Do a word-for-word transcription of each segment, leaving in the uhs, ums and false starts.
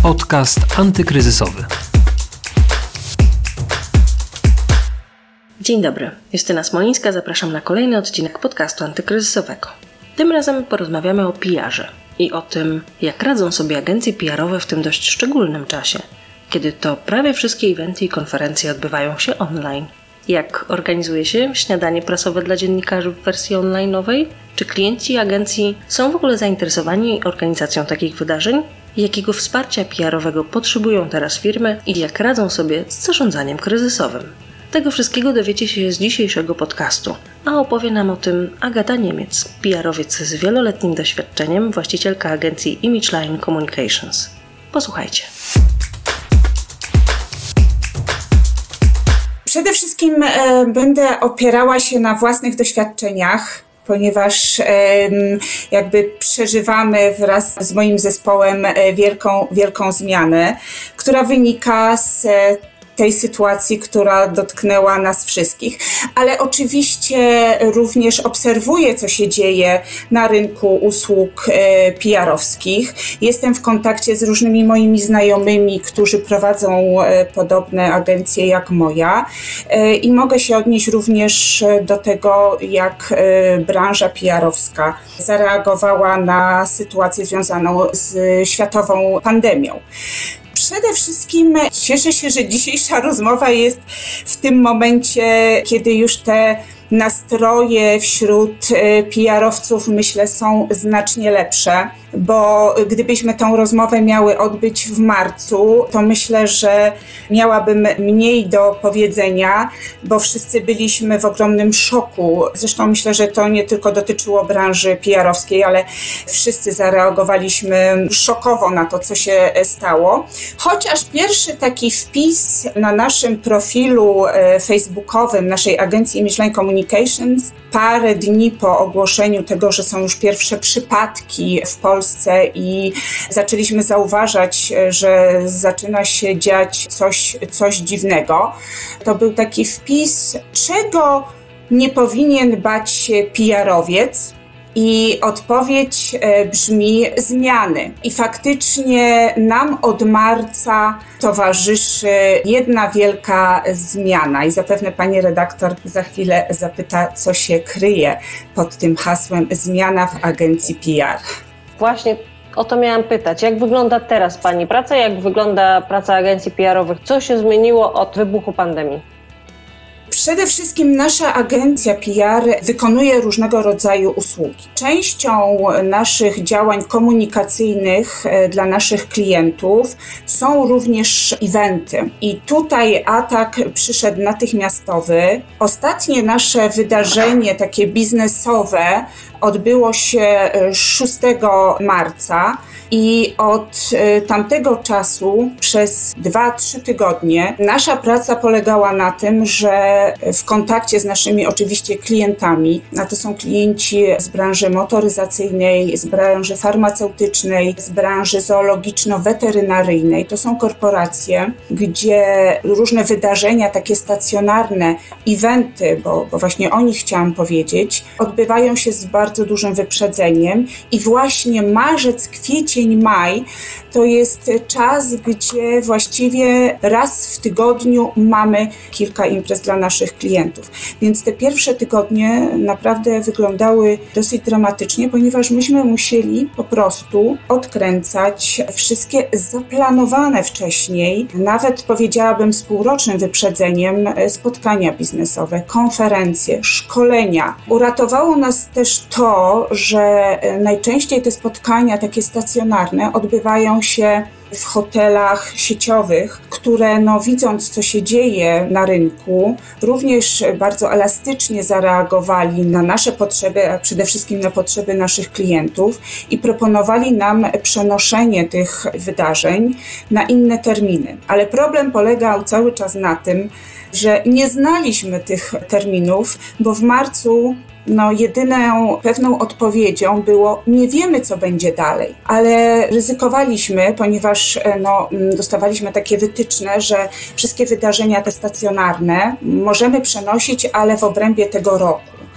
Podcast antykryzysowy. Dzień dobry, Justyna Smolińska, zapraszam na kolejny odcinek podcastu antykryzysowego. Tym razem porozmawiamy o P R-ze i o tym, jak radzą sobie agencje P R-owe w tym dość szczególnym czasie, kiedy to prawie wszystkie eventy i konferencje odbywają się online. Jak organizuje się śniadanie prasowe dla dziennikarzy w wersji online'owej? Czy klienci agencji są w ogóle zainteresowani organizacją takich wydarzeń? Jakiego wsparcia P R-owego potrzebują teraz firmy i jak radzą sobie z zarządzaniem kryzysowym? Tego wszystkiego dowiecie się z dzisiejszego podcastu, a opowie nam o tym Agata Niemiec, P R-owiec z wieloletnim doświadczeniem, właścicielka agencji ImageLine Communications. Posłuchajcie. Przede wszystkim e, będę opierała się na własnych doświadczeniach, ponieważ e, jakby przeżywamy wraz z moim zespołem e, wielką, wielką zmianę, która wynika z e, tej sytuacji, która dotknęła nas wszystkich. Ale oczywiście również obserwuję, co się dzieje na rynku usług e, P R-owskich. Jestem w kontakcie z różnymi moimi znajomymi, którzy prowadzą e, podobne agencje jak moja e, i mogę się odnieść również do tego, jak e, branża P R-owska zareagowała na sytuację związaną z światową pandemią. Przede wszystkim cieszę się, że dzisiejsza rozmowa jest w tym momencie, kiedy już te nastroje wśród P R-owców, myślę, są znacznie lepsze, bo gdybyśmy tą rozmowę miały odbyć w marcu, to myślę, że miałabym mniej do powiedzenia, bo wszyscy byliśmy w ogromnym szoku. Zresztą myślę, że to nie tylko dotyczyło branży P R-owskiej, ale wszyscy zareagowaliśmy szokowo na to, co się stało. Chociaż pierwszy taki wpis na naszym profilu facebookowym, naszej agencji ImageLine Communications, parę dni po ogłoszeniu tego, że są już pierwsze przypadki w Polsce i zaczęliśmy zauważać, że zaczyna się dziać coś, coś dziwnego. To był taki wpis, czego nie powinien bać się P R-owiec. I odpowiedź brzmi zmiany. I faktycznie nam od marca towarzyszy jedna wielka zmiana. I zapewne pani redaktor za chwilę zapyta, co się kryje pod tym hasłem zmiana w agencji P R. Właśnie o to miałam pytać. Jak wygląda teraz pani praca? Jak wygląda praca agencji P R-owych? Co się zmieniło od wybuchu pandemii? Przede wszystkim nasza agencja P R wykonuje różnego rodzaju usługi. Częścią naszych działań komunikacyjnych dla naszych klientów są również eventy. I tutaj atak przyszedł natychmiastowy. Ostatnie nasze wydarzenie, takie biznesowe, odbyło się szóstego marca i od tamtego czasu przez dwa trzy tygodnie nasza praca polegała na tym, że w kontakcie z naszymi oczywiście klientami, a to są klienci z branży motoryzacyjnej, z branży farmaceutycznej, z branży zoologiczno-weterynaryjnej, to są korporacje, gdzie różne wydarzenia takie stacjonarne, eventy, bo, bo właśnie o nich chciałam powiedzieć, odbywają się z bardzo dużym wyprzedzeniem i właśnie marzec, kwiecień, maj to jest czas, gdzie właściwie raz w tygodniu mamy kilka imprez dla naszych klientów. Więc te pierwsze tygodnie naprawdę wyglądały dosyć dramatycznie, ponieważ myśmy musieli po prostu odkręcać wszystkie zaplanowane wcześniej, nawet powiedziałabym z półrocznym wyprzedzeniem, spotkania biznesowe, konferencje, szkolenia. Uratowało nas też to, że najczęściej te spotkania takie stacjonarne odbywają się w hotelach sieciowych, które no, widząc, co się dzieje na rynku, również bardzo elastycznie zareagowali na nasze potrzeby, a przede wszystkim na potrzeby naszych klientów i proponowali nam przenoszenie tych wydarzeń na inne terminy. Ale problem polegał cały czas na tym, że nie znaliśmy tych terminów, bo w marcu no jedyną pewną odpowiedzią było nie wiemy, co będzie dalej, ale ryzykowaliśmy, ponieważ no, dostawaliśmy takie wytyczne, że wszystkie wydarzenia te stacjonarne możemy przenosić, ale w obrębie tego roku.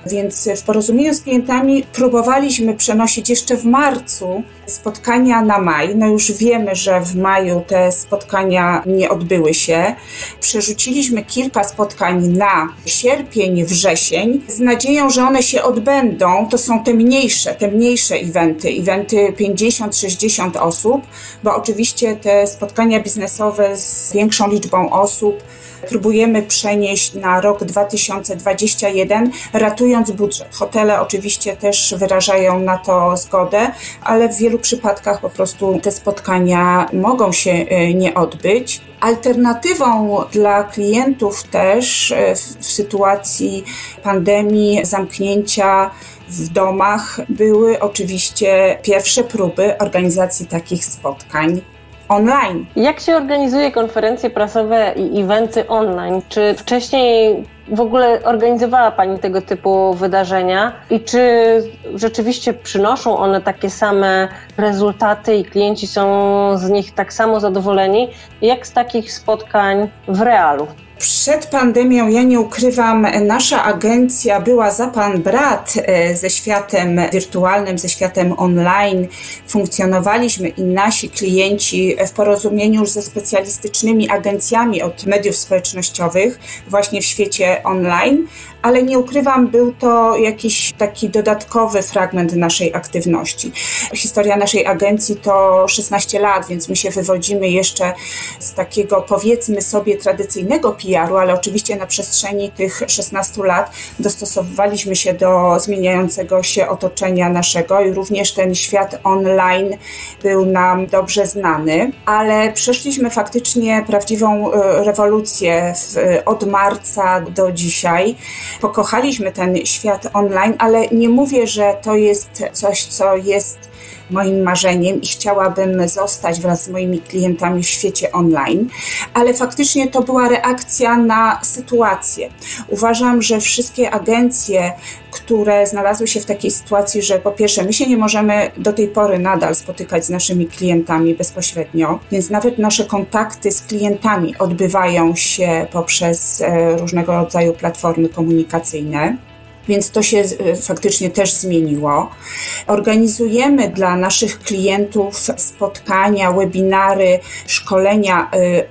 Więc w porozumieniu z klientami próbowaliśmy przenosić jeszcze w marcu spotkania na maj. No już wiemy, że w maju te spotkania nie odbyły się. Przerzuciliśmy kilka spotkań na sierpień, wrzesień z nadzieją, że one się odbędą. To są te mniejsze, te mniejsze eventy, eventy pięćdziesiąt sześćdziesiąt osób, bo oczywiście te spotkania biznesowe z większą liczbą osób próbujemy przenieść na rok dwa tysiące dwudziesty pierwszy, ratując budżet. Hotele oczywiście też wyrażają na to zgodę, ale w wielu przypadkach po prostu te spotkania mogą się nie odbyć. Alternatywą dla klientów też w sytuacji pandemii, zamknięcia w domach były oczywiście pierwsze próby organizacji takich spotkań online. Jak się organizuje konferencje prasowe i eventy online? Czy wcześniej w ogóle organizowała Pani tego typu wydarzenia i czy rzeczywiście przynoszą one takie same rezultaty i klienci są z nich tak samo zadowoleni, jak z takich spotkań w realu? Przed pandemią, ja nie ukrywam, nasza agencja była za pan brat ze światem wirtualnym, ze światem online. Funkcjonowaliśmy i nasi klienci w porozumieniu już ze specjalistycznymi agencjami od mediów społecznościowych właśnie w świecie online, ale nie ukrywam, był to jakiś taki dodatkowy fragment naszej aktywności. Historia naszej agencji to szesnaście lat, więc my się wywodzimy jeszcze z takiego, powiedzmy sobie, tradycyjnego P R u, ale oczywiście na przestrzeni tych szesnastu lat dostosowywaliśmy się do zmieniającego się otoczenia naszego i również ten świat online był nam dobrze znany, ale przeszliśmy faktycznie prawdziwą rewolucję w, od marca do dzisiaj. Pokochaliśmy ten świat online, ale nie mówię, że to jest coś, co jest moim marzeniem i chciałabym zostać wraz z moimi klientami w świecie online, ale faktycznie to była reakcja na sytuację. Uważam, że wszystkie agencje, które znalazły się w takiej sytuacji, że po pierwsze my się nie możemy do tej pory nadal spotykać z naszymi klientami bezpośrednio, więc nawet nasze kontakty z klientami odbywają się poprzez różnego rodzaju platformy komunikacyjne. Więc to się faktycznie też zmieniło. Organizujemy dla naszych klientów spotkania, webinary, szkolenia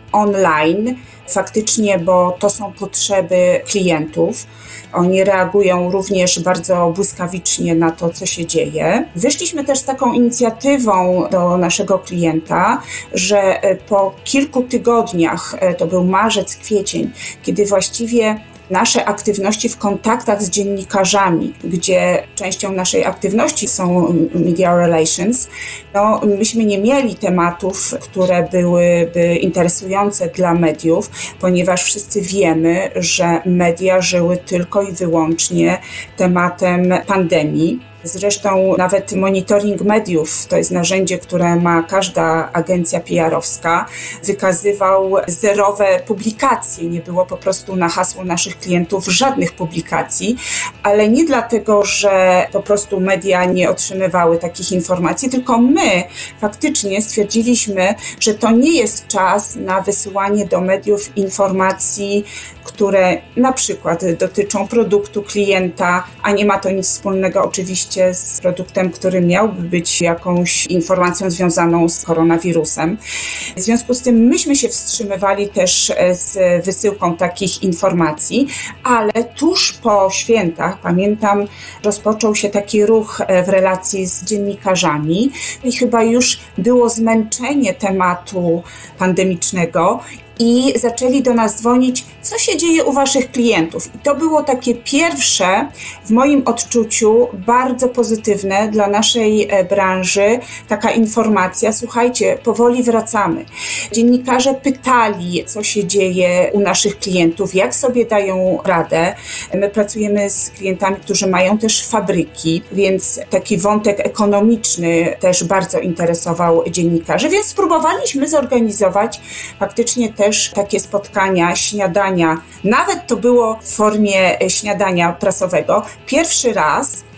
online, faktycznie, bo to są potrzeby klientów. Oni reagują również bardzo błyskawicznie na to, co się dzieje. Wyszliśmy też z taką inicjatywą do naszego klienta, że po kilku tygodniach, to był marzec, kwiecień, kiedy właściwie nasze aktywności w kontaktach z dziennikarzami, gdzie częścią naszej aktywności są media relations, no myśmy nie mieli tematów, które byłyby interesujące dla mediów, ponieważ wszyscy wiemy, że media żyły tylko i wyłącznie tematem pandemii. Zresztą nawet monitoring mediów, to jest narzędzie, które ma każda agencja P R owska, wykazywał zerowe publikacje. Nie było po prostu na hasło naszych klientów żadnych publikacji, ale nie dlatego, że po prostu media nie otrzymywały takich informacji, tylko my faktycznie stwierdziliśmy, że to nie jest czas na wysyłanie do mediów informacji, które na przykład dotyczą produktu klienta, a nie ma to nic wspólnego oczywiście z produktem, który miałby być jakąś informacją związaną z koronawirusem. W związku z tym myśmy się wstrzymywali też z wysyłką takich informacji, ale tuż po świętach, pamiętam, rozpoczął się taki ruch w relacji z dziennikarzami i chyba już było zmęczenie tematu pandemicznego i zaczęli do nas dzwonić, co się dzieje u waszych klientów. I to było takie pierwsze, w moim odczuciu, bardzo pozytywne dla naszej branży, taka informacja, słuchajcie, powoli wracamy. Dziennikarze pytali, co się dzieje u naszych klientów, jak sobie dają radę. My pracujemy z klientami, którzy mają też fabryki, więc taki wątek ekonomiczny też bardzo interesował dziennikarzy, więc spróbowaliśmy zorganizować faktycznie też takie spotkania, śniadania. Nawet to było w formie śniadania prasowego. Pierwszy raz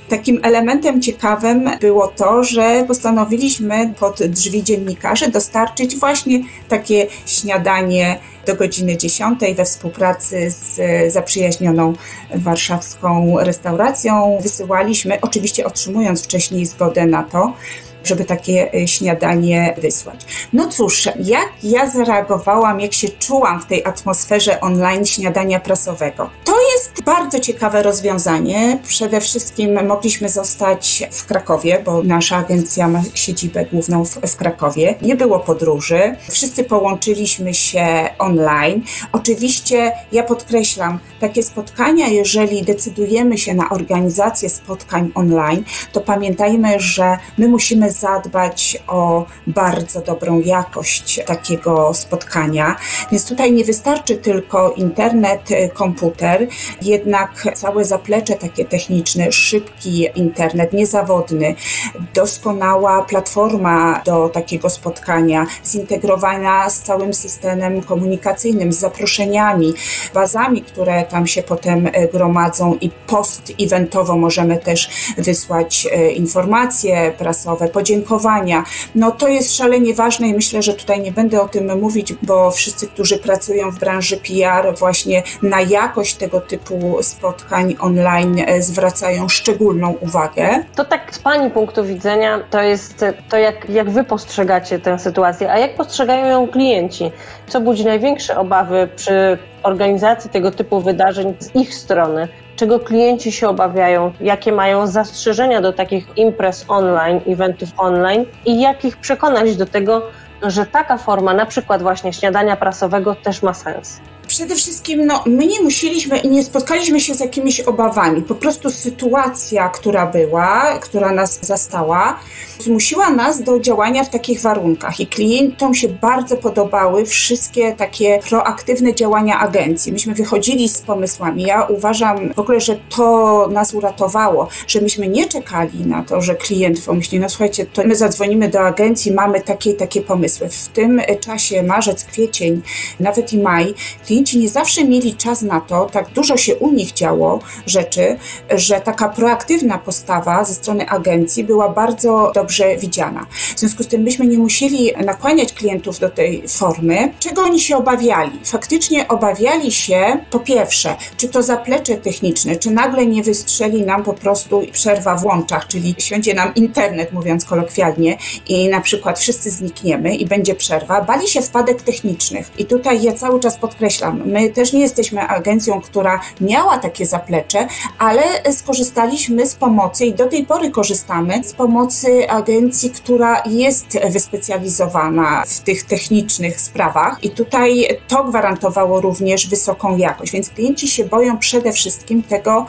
Takim elementem ciekawym było to, że postanowiliśmy pod drzwi dziennikarzy dostarczyć właśnie takie śniadanie do godziny dziesiątej we współpracy z zaprzyjaźnioną warszawską restauracją. Wysyłaliśmy, oczywiście otrzymując wcześniej zgodę na to, żeby takie śniadanie wysłać. No cóż, jak ja zareagowałam, jak się czułam w tej atmosferze online śniadania prasowego? To jest bardzo ciekawe rozwiązanie. Przede wszystkim mogliśmy zostać w Krakowie, bo nasza agencja ma siedzibę główną w, w Krakowie. Nie było podróży. Wszyscy połączyliśmy się online. Oczywiście ja podkreślam, takie spotkania, jeżeli decydujemy się na organizację spotkań online, to pamiętajmy, że my musimy zadbać o bardzo dobrą jakość takiego spotkania, więc tutaj nie wystarczy tylko internet, komputer, jednak całe zaplecze takie techniczne, szybki internet, niezawodny, doskonała platforma do takiego spotkania, zintegrowana z całym systemem komunikacyjnym, z zaproszeniami, bazami, które tam się potem gromadzą i post-eventowo możemy też wysłać informacje prasowe, podziękowania. No to jest szalenie ważne i myślę, że tutaj nie będę o tym mówić, bo wszyscy, którzy pracują w branży P R, właśnie na jakość tego typu spotkań online zwracają szczególną uwagę. To tak z Pani punktu widzenia, to jest to, jak, jak Wy postrzegacie tę sytuację, a jak postrzegają ją klienci? Co budzi największe obawy przy organizacji tego typu wydarzeń z ich strony? Czego klienci się obawiają, jakie mają zastrzeżenia do takich imprez online, eventów online i jak ich przekonać do tego, że taka forma, na przykład właśnie śniadania prasowego, też ma sens? Przede wszystkim no, my nie musieliśmy i nie spotkaliśmy się z jakimiś obawami. Po prostu sytuacja, która była, która nas zastała, zmusiła nas do działania w takich warunkach i klientom się bardzo podobały wszystkie takie proaktywne działania agencji. Myśmy wychodzili z pomysłami. Ja uważam w ogóle, że to nas uratowało, że myśmy nie czekali na to, że klient pomyśli, no słuchajcie, to my zadzwonimy do agencji, mamy takie i takie pomysły. W tym czasie marzec, kwiecień, nawet i maj, klienci nie zawsze mieli czas na to, tak dużo się u nich działo rzeczy, że taka proaktywna postawa ze strony agencji była bardzo dobrze widziana. W związku z tym myśmy nie musieli nakłaniać klientów do tej formy. Czego oni się obawiali? Faktycznie obawiali się, po pierwsze, czy to zaplecze techniczne, czy nagle nie wystrzeli nam po prostu przerwa w łączach, czyli siądzie nam internet, mówiąc kolokwialnie, i na przykład wszyscy znikniemy i będzie przerwa. Bali się wpadek technicznych. I tutaj ja cały czas podkreślam, my też nie jesteśmy agencją, która miała takie zaplecze, ale skorzystaliśmy z pomocy i do tej pory korzystamy z pomocy agencji, która jest wyspecjalizowana w tych technicznych sprawach i tutaj to gwarantowało również wysoką jakość, więc klienci się boją przede wszystkim tego,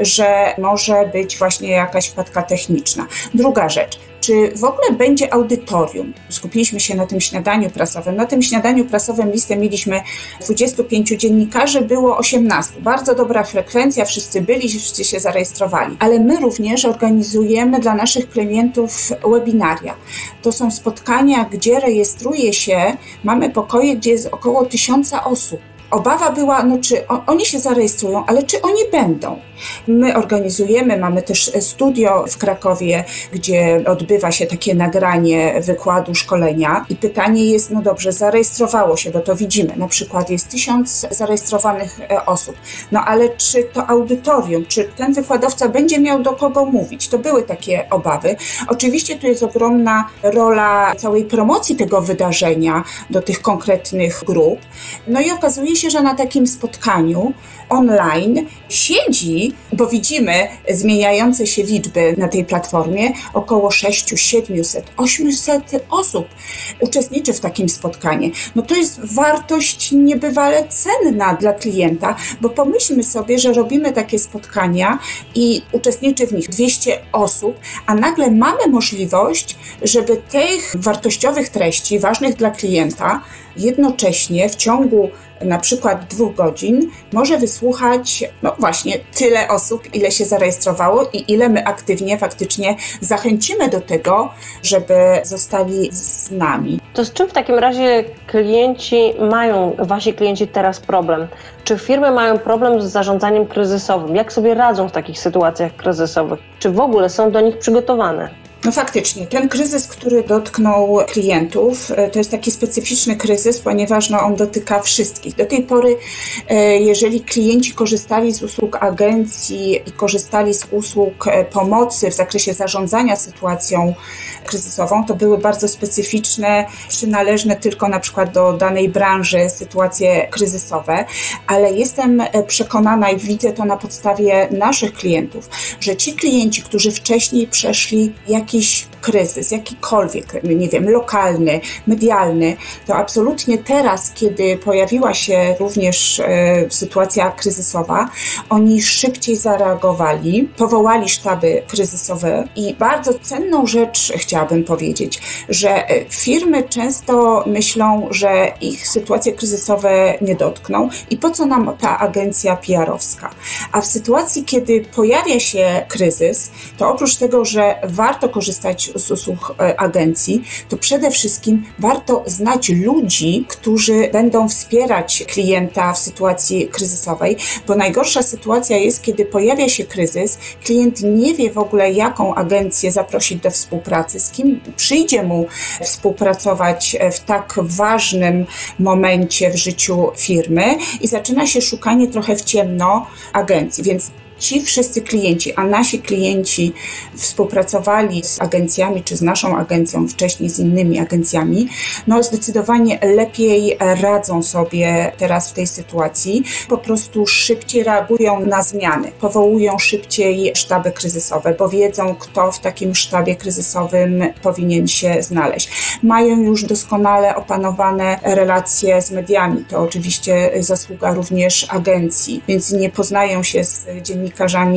że może być właśnie jakaś wpadka techniczna. Druga rzecz. Czy w ogóle będzie audytorium? Skupiliśmy się na tym śniadaniu prasowym. Na tym śniadaniu prasowym listę mieliśmy dwudziestu pięciu dziennikarzy, było osiemnastu. Bardzo dobra frekwencja, wszyscy byli, wszyscy się zarejestrowali. Ale my również organizujemy dla naszych klientów webinaria. To są spotkania, gdzie rejestruje się, mamy pokoje, gdzie jest około tysiąca osób. Obawa była, no czy on, oni się zarejestrują, ale czy oni będą? My organizujemy, mamy też studio w Krakowie, gdzie odbywa się takie nagranie wykładu, szkolenia i pytanie jest, no dobrze, zarejestrowało się, bo to widzimy, na przykład jest tysiąc zarejestrowanych osób, no ale czy to audytorium, czy ten wykładowca będzie miał do kogo mówić? To były takie obawy. Oczywiście tu jest ogromna rola całej promocji tego wydarzenia do tych konkretnych grup, no i okazuje się, że na takim spotkaniu online siedzi, bo widzimy zmieniające się liczby na tej platformie, około sześćset, siedemset, osiemset osób uczestniczy w takim spotkaniu. No to jest wartość niebywale cenna dla klienta, bo pomyślmy sobie, że robimy takie spotkania i uczestniczy w nich dwieście osób, a nagle mamy możliwość, żeby tych wartościowych treści, ważnych dla klienta, jednocześnie w ciągu na przykład dwóch godzin może wysłuchać, no właśnie, tyle osób, ile się zarejestrowało i ile my aktywnie faktycznie zachęcimy do tego, żeby zostali z nami. To z czym w takim razie klienci mają, wasi klienci teraz problem? Czy firmy mają problem z zarządzaniem kryzysowym? Jak sobie radzą w takich sytuacjach kryzysowych? Czy w ogóle są do nich przygotowane? No faktycznie, ten kryzys, który dotknął klientów, to jest taki specyficzny kryzys, ponieważ no, on dotyka wszystkich. Do tej pory, jeżeli klienci korzystali z usług agencji i korzystali z usług pomocy w zakresie zarządzania sytuacją kryzysową, to były bardzo specyficzne, przynależne tylko na przykład do danej branży sytuacje kryzysowe, ale jestem przekonana i widzę to na podstawie naszych klientów, że ci klienci, którzy wcześniej przeszli jakiś jakiś kryzys, jakikolwiek, nie wiem, lokalny, medialny, to absolutnie teraz, kiedy pojawiła się również e, sytuacja kryzysowa, oni szybciej zareagowali, powołali sztaby kryzysowe i bardzo cenną rzecz chciałabym powiedzieć, że firmy często myślą, że ich sytuacje kryzysowe nie dotkną i po co nam ta agencja P R-owska. A w sytuacji, kiedy pojawia się kryzys, to oprócz tego, że warto korzystać z usług agencji, to przede wszystkim warto znać ludzi, którzy będą wspierać klienta w sytuacji kryzysowej, bo najgorsza sytuacja jest, kiedy pojawia się kryzys, klient nie wie w ogóle, jaką agencję zaprosić do współpracy, z kim przyjdzie mu współpracować w tak ważnym momencie w życiu firmy i zaczyna się szukanie trochę w ciemno agencji, więc ci wszyscy klienci, a nasi klienci współpracowali z agencjami, czy z naszą agencją, wcześniej z innymi agencjami, no zdecydowanie lepiej radzą sobie teraz w tej sytuacji, po prostu szybciej reagują na zmiany, powołują szybciej sztaby kryzysowe, bo wiedzą, kto w takim sztabie kryzysowym powinien się znaleźć. Mają już doskonale opanowane relacje z mediami, to oczywiście zasługa również agencji, więc nie poznają się z dziennikarzami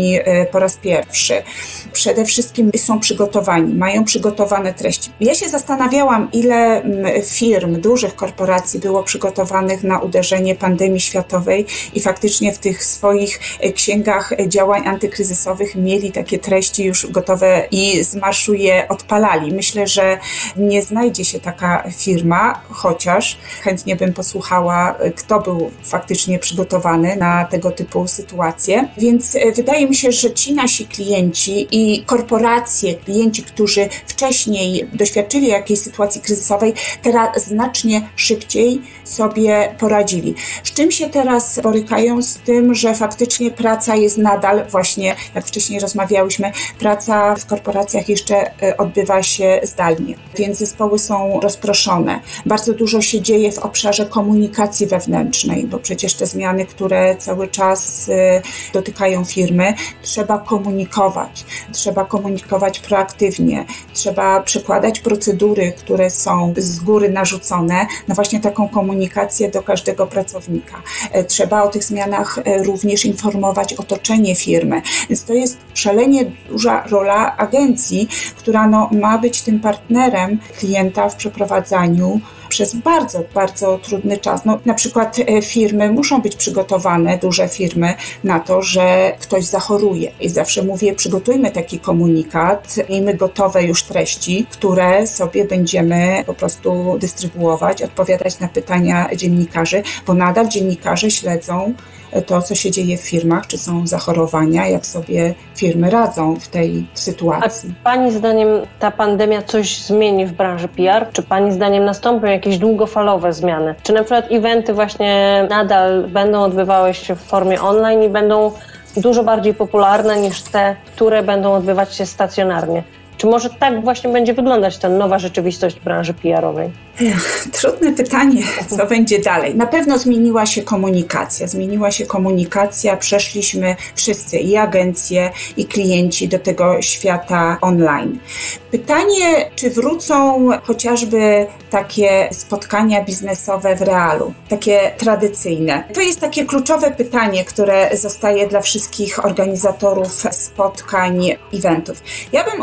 po raz pierwszy. Przede wszystkim są przygotowani, mają przygotowane treści. Ja się zastanawiałam, ile firm, dużych korporacji było przygotowanych na uderzenie pandemii światowej i faktycznie w tych swoich księgach działań antykryzysowych mieli takie treści już gotowe i z marszu je odpalali. Myślę, że nie znajdzie się taka firma, chociaż chętnie bym posłuchała, kto był faktycznie przygotowany na tego typu sytuacje. Więc wydaje mi się, że ci nasi klienci i korporacje, klienci, którzy wcześniej doświadczyli jakiejś sytuacji kryzysowej, teraz znacznie szybciej sobie poradzili. Z czym się teraz borykają? Z tym, że faktycznie praca jest nadal, właśnie jak wcześniej rozmawiałyśmy, praca w korporacjach jeszcze odbywa się zdalnie, więc zespoły są rozproszone. Bardzo dużo się dzieje w obszarze komunikacji wewnętrznej, bo przecież te zmiany, które cały czas dotykają firmy, trzeba komunikować. Trzeba komunikować proaktywnie. Trzeba przekładać procedury, które są z góry narzucone, na właśnie taką komunikację do każdego pracownika. Trzeba o tych zmianach również informować otoczenie firmy. Więc to jest szalenie duża rola agencji, która no, ma być tym partnerem klienta w przeprowadzaniu przez bardzo, bardzo trudny czas. No, na przykład firmy muszą być przygotowane, duże firmy, na to, że ktoś zachoruje. I zawsze mówię, przygotujmy taki komunikat, miejmy gotowe już treści, które sobie będziemy po prostu dystrybuować, odpowiadać na pytania dziennikarzy, bo nadal dziennikarze śledzą to, co się dzieje w firmach, czy są zachorowania, jak sobie firmy radzą w tej sytuacji. A Pani zdaniem ta pandemia coś zmieni w branży P R? Czy Pani zdaniem nastąpią jakieś długofalowe zmiany? Czy na przykład eventy właśnie nadal będą odbywały się w formie online i będą dużo bardziej popularne niż te, które będą odbywać się stacjonarnie? Czy może tak właśnie będzie wyglądać ta nowa rzeczywistość branży P R-owej? Ech, trudne pytanie, co będzie dalej. Na pewno zmieniła się komunikacja. Zmieniła się komunikacja, przeszliśmy wszyscy, i agencje, i klienci, do tego świata online. Pytanie, czy wrócą chociażby takie spotkania biznesowe w realu, takie tradycyjne? To jest takie kluczowe pytanie, które zostaje dla wszystkich organizatorów spotkań, eventów. Ja bym odpowiedziała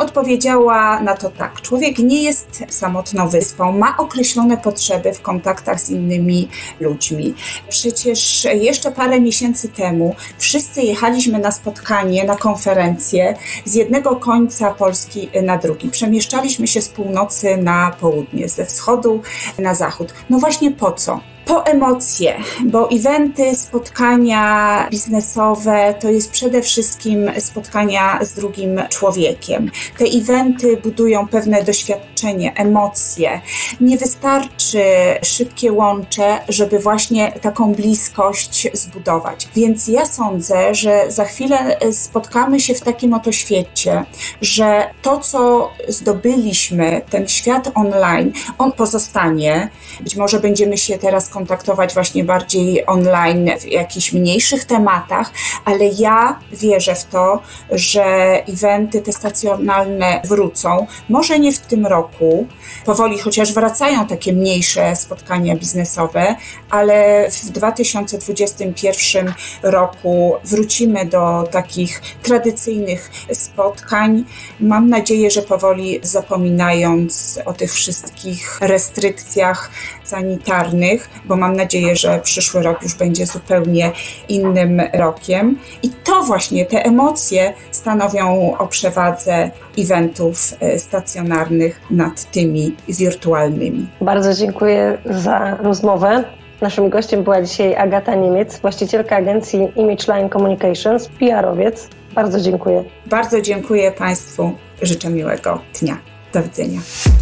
odpowiedziała na to tak. Człowiek nie jest samotną wyspą, ma określone potrzeby w kontaktach z innymi ludźmi. Przecież jeszcze parę miesięcy temu wszyscy jechaliśmy na spotkanie, na konferencję z jednego końca Polski na drugi. Przemieszczaliśmy się z północy na południe, ze wschodu na zachód. No właśnie po co? Po emocje, bo eventy, spotkania biznesowe to jest przede wszystkim spotkania z drugim człowiekiem. Te eventy budują pewne doświadczenie, emocje. Nie wystarczy szybkie łącze, żeby właśnie taką bliskość zbudować. Więc ja sądzę, że za chwilę spotkamy się w takim oto świecie, że to, co zdobyliśmy, ten świat online, on pozostanie. Być może będziemy się teraz kontaktować właśnie bardziej online w jakichś mniejszych tematach, ale ja wierzę w to, że eventy te stacjonalne wrócą. Może nie w tym roku, powoli, chociaż wracają takie mniejsze spotkania biznesowe, ale w dwa tysiące dwudziestym pierwszym roku wrócimy do takich tradycyjnych spotkań. Mam nadzieję, że powoli zapominając o tych wszystkich restrykcjach sanitarnych, bo mam nadzieję, że przyszły rok już będzie zupełnie innym rokiem. I to właśnie, te emocje stanowią o przewadze eventów stacjonarnych nad tymi wirtualnymi. Bardzo dziękuję za rozmowę. Naszym gościem była dzisiaj Agata Niemiec, właścicielka agencji Image Line Communications, P R owiec. Bardzo dziękuję. Bardzo dziękuję Państwu. Życzę miłego dnia. Do widzenia.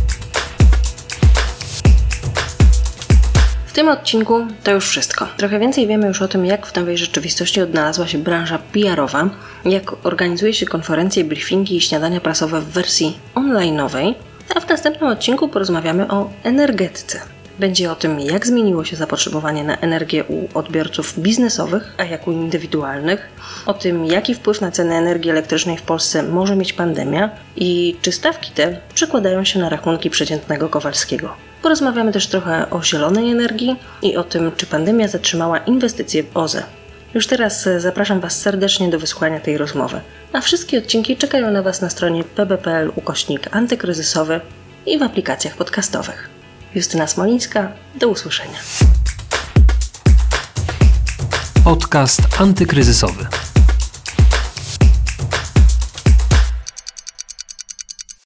W tym odcinku to już wszystko. Trochę więcej wiemy już o tym, jak w nowej rzeczywistości odnalazła się branża P R owa, jak organizuje się konferencje, briefingi i śniadania prasowe w wersji online'owej, a w następnym odcinku porozmawiamy o energetyce. Będzie o tym, jak zmieniło się zapotrzebowanie na energię u odbiorców biznesowych, a jak u indywidualnych, o tym, jaki wpływ na cenę energii elektrycznej w Polsce może mieć pandemia i czy stawki te przekładają się na rachunki przeciętnego Kowalskiego. Porozmawiamy też trochę o zielonej energii i o tym, czy pandemia zatrzymała inwestycje w O Z E. Już teraz zapraszam Was serdecznie do wysłuchania tej rozmowy, a wszystkie odcinki czekają na Was na stronie pb.pl ukośnik antykryzysowy i w aplikacjach podcastowych. Justyna Smolińska, do usłyszenia. Podcast antykryzysowy.